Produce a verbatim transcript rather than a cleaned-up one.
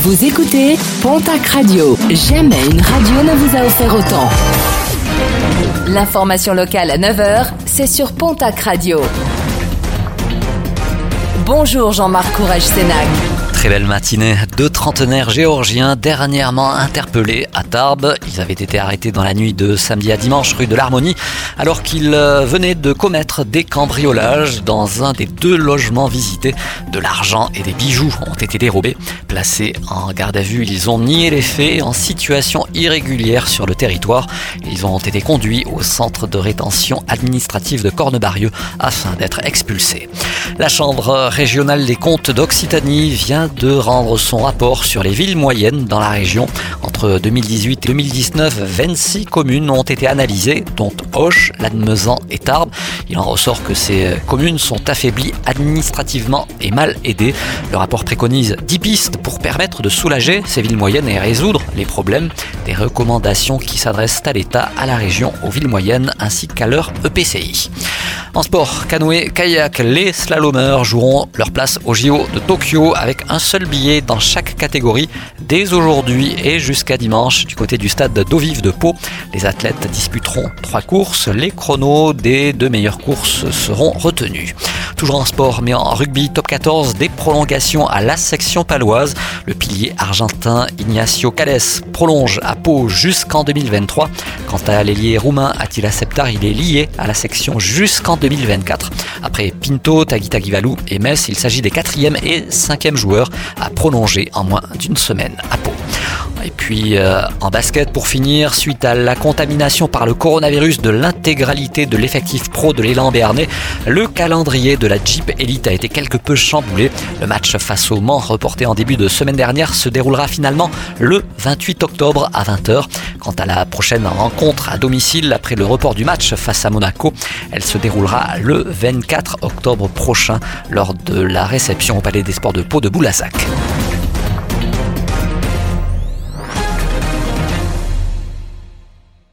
Vous écoutez Pontac Radio. Jamais une radio ne vous a offert autant. L'information locale à neuf heures, c'est sur Pontac Radio. Bonjour Jean-Marc Courage-Sénac. Très belle matinée. Deux trentenaires géorgiens dernièrement interpellés à Tarbes. Ils avaient été arrêtés dans la nuit de samedi à dimanche rue de l'Harmonie alors qu'ils venaient de commettre des cambriolages dans un des deux logements visités. De l'argent et des bijoux ont été dérobés. Placés en garde à vue, ils ont nié les faits en situation irrégulière sur le territoire. Ils ont été conduits au centre de rétention administrative de Cornebarieux afin d'être expulsés. La Chambre régionale des comptes d'Occitanie vient de rendre son rapport sur les villes moyennes dans la région. Entre deux mille dix-huit et deux mille dix-neuf, vingt-six communes ont été analysées, dont Auch, Lannemezan et Tarbes. Il en ressort que ces communes sont affaiblies administrativement et mal aidées. Le rapport préconise dix pistes pour permettre de soulager ces villes moyennes et résoudre les problèmes. Des recommandations qui s'adressent à l'État, à la région, aux villes moyennes ainsi qu'à leur E P C I. En sport, canoë, kayak, les slalomeurs joueront leur place au J O de Tokyo avec un seul billet dans chaque catégorie dès aujourd'hui et jusqu'à dimanche du côté du stade d'eau vive de Pau. Les athlètes disputeront trois courses. Les chronos des deux meilleures courses seront retenus. Toujours en sport, mais en rugby top quatorze, des prolongations à la section paloise. Le pilier argentin Ignacio Cales prolonge à Pau jusqu'en deux mille vingt-trois. Quant à l'ailier roumain Attila Septar, il est lié à la section jusqu'en deux mille vingt-quatre. Après Pinto, Taguitaguivalou et Metz, il s'agit des quatrième et cinquième joueurs à prolonger en moins d'une semaine à Pau. Et puis euh, en basket pour finir, suite à la contamination par le coronavirus de l'intégralité de l'effectif pro de l'Élan béarnais, le calendrier de la Jeep Elite a été quelque peu chamboulé. Le match face au Mans, reporté en début de semaine dernière, se déroulera finalement le vingt-huit octobre à vingt heures. Quant à la prochaine rencontre à domicile après le report du match face à Monaco, elle se déroulera le vingt-quatre octobre prochain lors de la réception au Palais des Sports de Pau de Boulazac.